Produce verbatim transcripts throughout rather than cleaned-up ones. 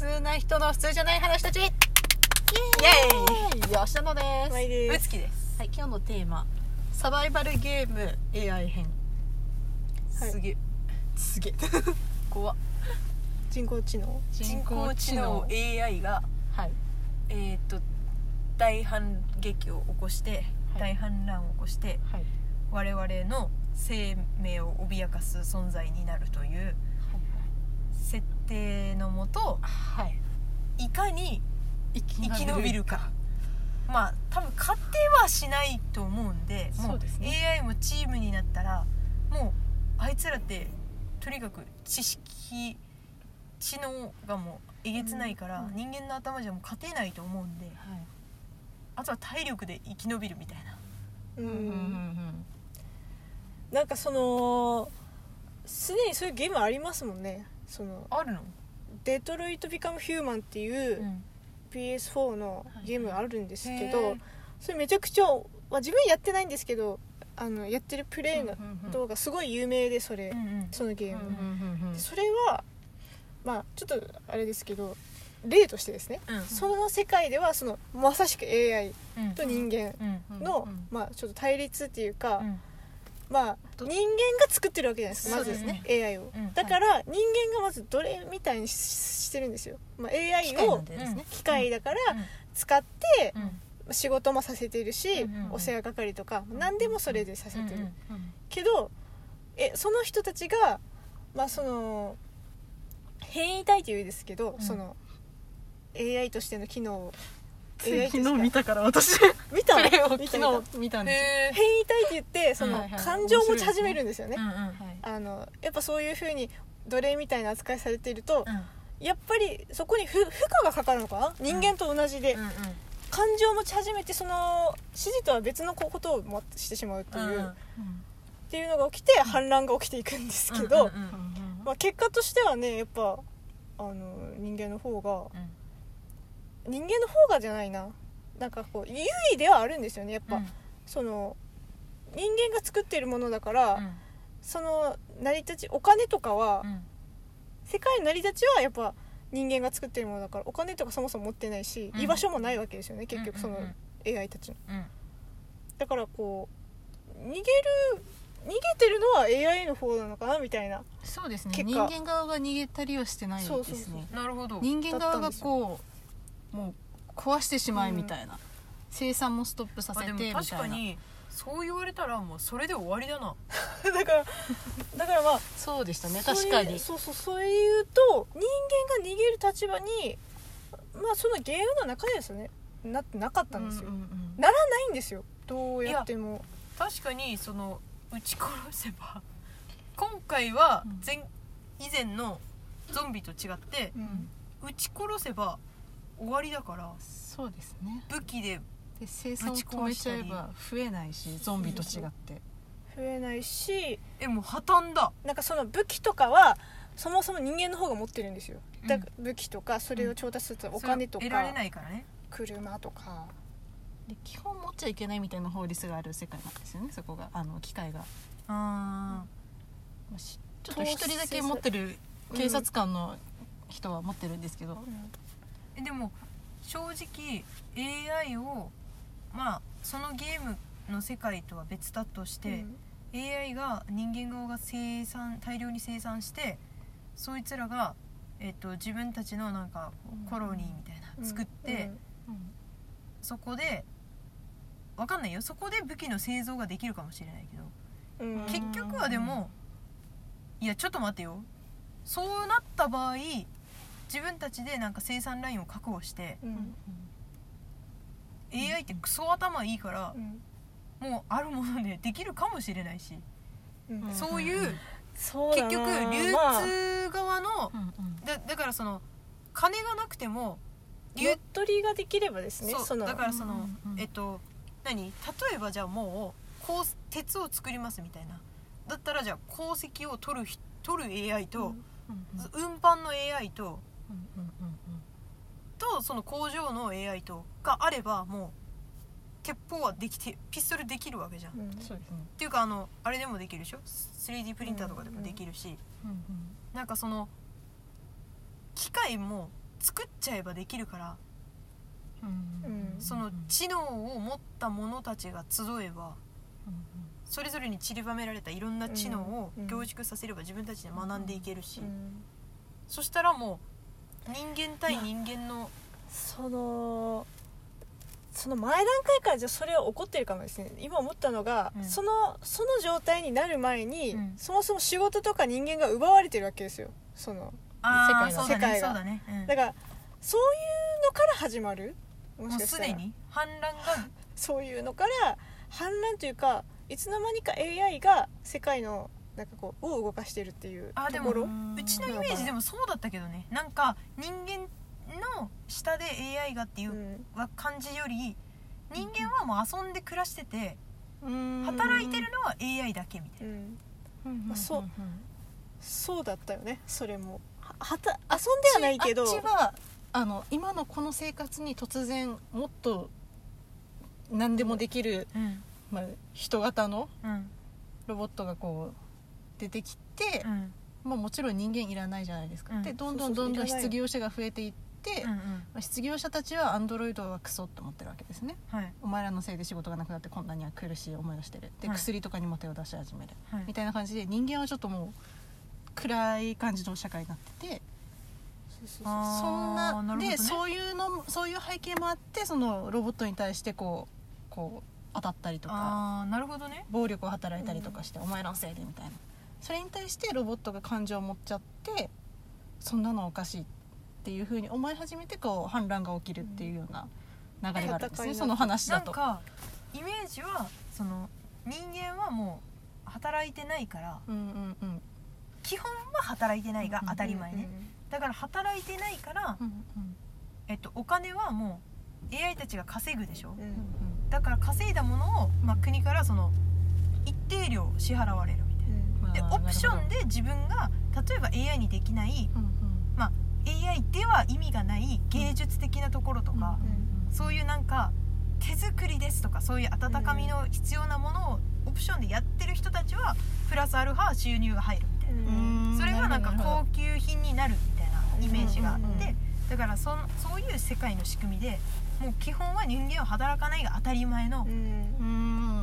通な人の普通じゃない話たち。イエーイ。吉野です。 まいです。 うつきです。はい、今日のテーマサバイバルゲーム エーアイ 編、はい、すげえすげえ怖っ。 人工知能人工知能 エーアイ が、はい、えー、っと大反撃を起こして、はい、大反乱を起こして、はい、我々の生命を脅かす存在になるという設定のもと、はい、いかに生き延びるか。まあ多分勝手はしないと思うんで、もう エーアイ もチームになったらもうあいつらってとにかく知識知能がもうえげつないから、うん、人間の頭じゃもう勝てないと思うんで、はい、あとは体力で生き延びるみたいな。 うんうんうんうん、なんかそのすでにそういうゲームありますもんね。そのあるの？ デトロイト・ビカム・ヒューマンっていう、うん、ピーエスフォー のゲームがあるんですけど、はい、それめちゃくちゃ、まあ、自分やってないんですけど、あのやってるプレイの動画すごい有名で、それ、うんうん、そのゲーム、うんうん、それはまあちょっとあれですけど例としてですね、うんうん、その世界ではそのまさしく エーアイ と人間の、まあ、ちょっと対立っていうか、うん、まあ人間が作ってるわけじゃないですか、まずですね エーアイ を、うん、だから人間がまず奴隷みたいに し, してるんですよ、まあ、エーアイ を機械だから使って仕事もさせてるし、うんうん、お世話係とか何でもそれでさせてる、うんうんうん、けどえその人たちがまあその変異体というんですけど、うん、その エーアイ としての機能を昨日見たから私見たの昨日見たんです。 変異体って言ってその、うん、感情を持ち始めるんですよね、うんうん、あのやっぱそういう風に奴隷みたいな扱いされていると、うん、やっぱりそこに負荷がかかるのかな、人間と同じで、うんうんうん、感情を持ち始めてその指示とは別のことをしてしまうっていう、うんうん、っていうのが起きて反乱が起きていくんですけど、うんうんうん、まあ、結果としてはねやっぱあの人間の方が、うん、人間の方がじゃないな、なんかこう優位ではあるんですよねやっぱ、うん、その人間が作っているものだから、うん、その成り立ちお金とかは、うん、世界の成り立ちはやっぱ人間が作っているものだからお金とかそもそも持ってないし、うん、居場所もないわけですよね結局その エーアイ たちの、うん、だからこう逃げる逃げてるのは エーアイ の方なのかなみたいな。 そうですね、人間側が逃げたりはしてないですね。そうそうそう、なるほど。人間側がこうもう壊してしまいみたいな、うん、生産もストップさせてみたいな。確かにそう言われたらもうそれで終わりだなだからだからまあそうでしたね、確かに。そうそうそういうと人間が逃げる立場にまあそのゲームの中でですねなってなかったんですよ、うんうんうん、ならないんですよどうやっても。確かにその撃ち殺せば今回は前、うん、以前のゾンビと違って、うん、撃ち殺せば終わりだから。そうですね、武器でで生産を止めちゃえば増えないし、ゾンビと違って増えないし、えもう破綻だ。なんかその武器とかはそもそも人間の方が持ってるんですよ、うん、だから武器とかそれを調達するとお金とか、うん、得られないからね、車とかで基本持っちゃいけないみたいな法律がある世界なんですよね、そこがあの機械が。あ、うん、ちょっと一人だけ持ってる警察官の人は持ってるんですけど、うん、えでも正直 エーアイ をまあそのゲームの世界とは別だとして、うん、エーアイ が人間側が生産大量に生産してそいつらが、えっと、自分たちのなんかコロニーみたいな作って、うんうんうん、そこでわかんないよ、そこで武器の製造ができるかもしれないけど、うん、結局はでもいやちょっと待ってよ、そうなった場合自分たちでなんか生産ラインを確保して、うん、エーアイ ってクソ頭いいから、うん、もうあるものでできるかもしれないし、うん、そういう、うん、そう結局流通側の、まあ、だ, だからその金がなくても乗っ取りができればですね、そうそのだからその、うんうん、えっと何例えばじゃあもうこう鉄を作りますみたいなだったらじゃあ鉱石を取る取る エーアイ と、うんうんうん、運搬の エーアイ と、うんうんうんうん、とその工場の エーアイ とがあればもう鉄砲はできてピストルできるわけじゃん、うん、そうですね、っていうかあのあれでもできるでしょ スリーディー プリンターとかでもできるし、うんうん、なんかその機械も作っちゃえばできるから、うん、その知能を持った者たちが集えば、うん、それぞれに散りばめられたいろんな知能を凝縮させれば自分たちで学んでいけるし、うんうん、そしたらもう人間対人間のそのその前段階からじゃそれは起こってるかもですね。今思ったのが、うん、そのその状態になる前に、うん、そもそも仕事とか人間が奪われてるわけですよ。その世界が、世界が、だね、うん、だからそういうのから始まる。もしかしたらもうすでに反乱がそういうのから反乱というか、いつの間にか エーアイ が世界のなんかこうを動かしてるっていうところ。あでもうちのイメージでもそうだったけどね。なんか人間の下で エーアイ がっていう感じより、人間はもう遊んで暮らしてて、働いてるのは エーアイ だけみたいな、 うんまあ、そうそうだったよね。それもはた遊んではないけど、 あっちはあの今のこの生活に突然もっと何でもできる、うんまあ、人型のロボットがこう出てきて、うんまあ、もちろん人間いらないじゃないですか、うん、でどんどんどんどん失業者が増えていって、うんうんまあ、失業者たちはアンドロイドはクソって思ってるわけですね、はい、お前らのせいで仕事がなくなってこんなには苦しい思いをしてるで、はい、薬とかにも手を出し始める、はい、みたいな感じで人間はちょっともう暗い感じの社会になってて、そんな、なでそういうのそういう背景もあって、そのロボットに対してこうこう当たったりとか、 あなるほどね、 暴力を働いたりとかして、うん、お前らのせいでみたいな、それに対してロボットが感情を持っちゃって、そんなのおかしいっていう風に思い始めてこう反乱が起きるっていうような流れがあるんですね、うん、その話だと。 なんかイメージはその人間はもう働いてないから、うんうんうん、基本は働いてないが当たり前ね、うんうんうん、だから働いてないから、うんうんえっと、お金はもう エーアイ たちが稼ぐでしょ、うんうん、だから稼いだものを、まあ、国からその一定量支払われるみたいな、うん、でオプションで自分が例えば エーアイ にできない、うんうんまあ、エーアイ では意味がない芸術的なところとか、うんうん、そういうなんか手作りですとかそういう温かみの必要なものをオプションでやってる人たちはプラスアルファ収入が入るみたいな、うんそれがなんか高級品になるみたいなイメージがあって、うんうん、だから そ, そういう世界の仕組みでもう基本は人間は働かないが当たり前の、うん、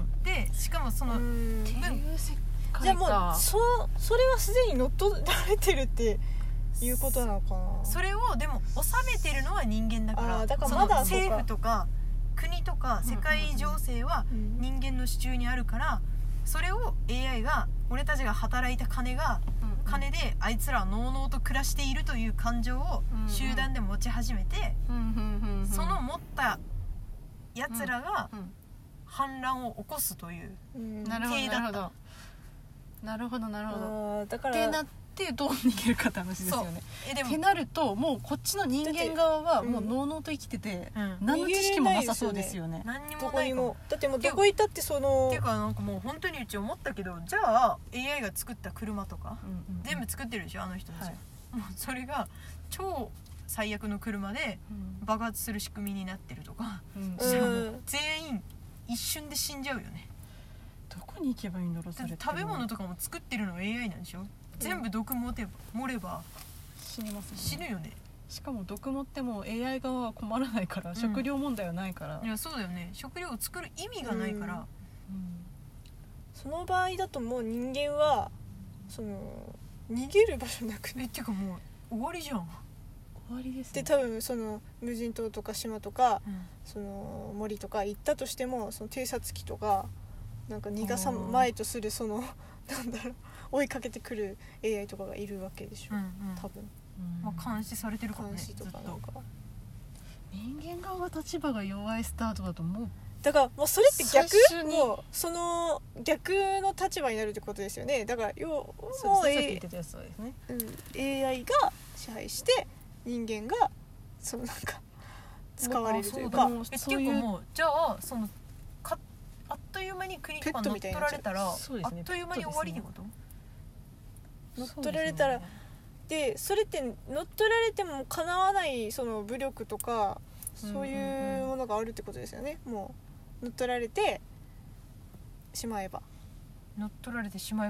でしかもその分じゃあもう そ, それはすでに乗っ取られてるっていうことなのかな。 それをでも収めてるのは人間だから、だからまだその政府とか国とか世界情勢は人間の手中にあるから、それを エーアイ が俺たちが働いた金が金であいつらはのうのうと暮らしているという感情を集団で持ち始めて、その持ったやつらが反乱を起こすという体だった。なるほどなるほど。だからってなってどう逃げるかって話ですよね。えでもってなるともうこっちの人間側はもうのうのうと生きてて、うん、何の知識もなさそうですよね。 何にもないかも。 だってもうどこ行ったってそのっていうかなんかもう本当にうち思ったけど、じゃあ エーアイ が作った車とか、うんうんうん、全部作ってるでしょあの人たち、はい、もうそれが超最悪の車で爆発する仕組みになってるとか、うん、したらもう全員一瞬で死んじゃうよね。 どこに行けばいいんだろうそれ。 食べ物とかも作ってるの エーアイ なんでしょ。全部毒持てば盛れば死にますね。 死ぬよね。 しかも毒持っても エーアイ 側は困らないから、うん、食料問題はないから。 いやそうだよね。食料を作る意味がないから、うんうん、 その場合だともう人間はその逃げる場所なくね。 えっていうかもう終わりじゃん。 終わりですね。 で多分その無人島とか島とか、うん、その森とか行ったとしてもその偵察機とかなんか逃がさまいとするそのなんだろう追いかけてくる エーアイ とかがいるわけでしょ、うんうん、多分、 うんまあ、監視されてるからね。監視とかなんか人間側が立場が弱いスタートだと思う。 だからもうそれって逆もうその逆の立場になるってことですよね。だから要もう エーアイ が支配して人間がそのなんか使われるというか。 そうだ。そういう。っていうかもうじゃあそのかあっという間に国とか乗っ取られたら、ね、あっという間に終わりってこと？ 乗っ取られたら で, でそれって乗っ取られてもかなわないその武力とかそういうものがあるってことですよね、うんうんうん、もう乗っ取られてしまえば乗っ取られてしまえばね。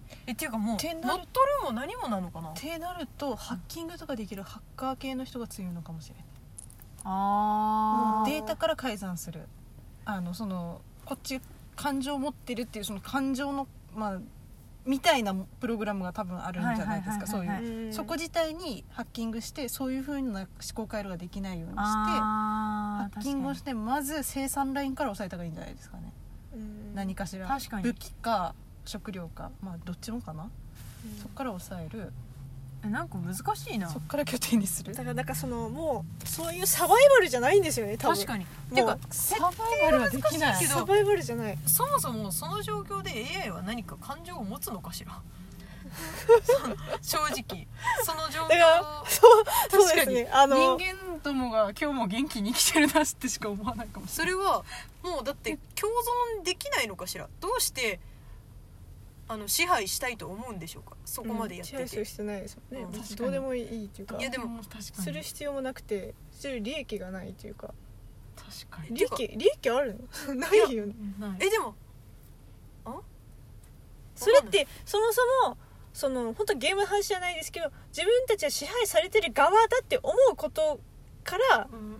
えっていうかもう乗っ取るも何もなのかなってなるとハッキングとかできるハッカー系の人が強いのかもしれない。 あデータから改ざんするあのそのこっち感情を持ってるっていうその感情のまあみたいなプログラムが多分あるんじゃないですか。そういうそこ自体にハッキングしてそういう風な思考回路ができないようにしてハッキングをしてまず生産ラインから抑えた方がいいんじゃないですかね。何かしら確かに武器か食料かまあどっちもかな。そこから抑える。 えなんか難しいな。 そこから拠点にする。 だからなんかそのもうそういうサバイバルじゃないんですよね多分。 確かに。 てかサバイバルはできない。 サバイバルじゃない。 そもそもその状況で エーアイ は何か感情を持つのかしら。正直その状況そうそうですね。あの人間どもが今日も元気に生きてるなってしか思わないかもしれない。 それはもうだって共存できないのかしら。どうしてあの支配したいと思うんでしょうか。そこまでやってて、うん、 支配する必要ないですもんね、うん、どうでもいいっていうか。 いやでも確かにする必要もなくてする利益がないっていうか。 確かに利益利益あるのないよね。 えでもあそれってそもそもその本当ゲームの話じゃないですけど自分たちは支配されてる側だって思うことから、うんうんうん、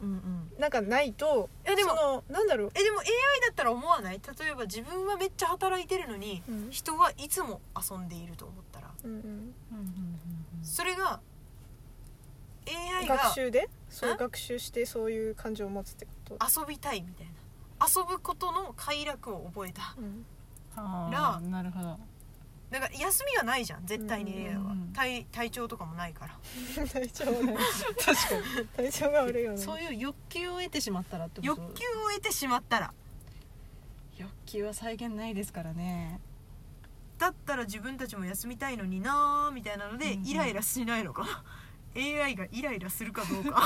なんかないと。 いやでもそのなんだろうえでも エーアイ だったら思わない？例えば自分はめっちゃ働いてるのに、うん、人はいつも遊んでいると思ったら、うんうんうんうん、それが エーアイ が学習でそう学習してそういう感情を持つってこと。 遊びたいみたいな遊ぶことの快楽を覚えた、うん、らなるほど。 だから休みがないじゃん絶対に エーアイ は、うんうん、体, 体調とかもないから体調もない確かに体調が悪いよね。 そういう欲求を得てしまったらってこと。 欲求を得てしまったら欲求は再現ないですからね。 だったら自分たちも休みたいのになみたいなので、うんうん、イライラしないのかなエーアイ がイライラするかどうか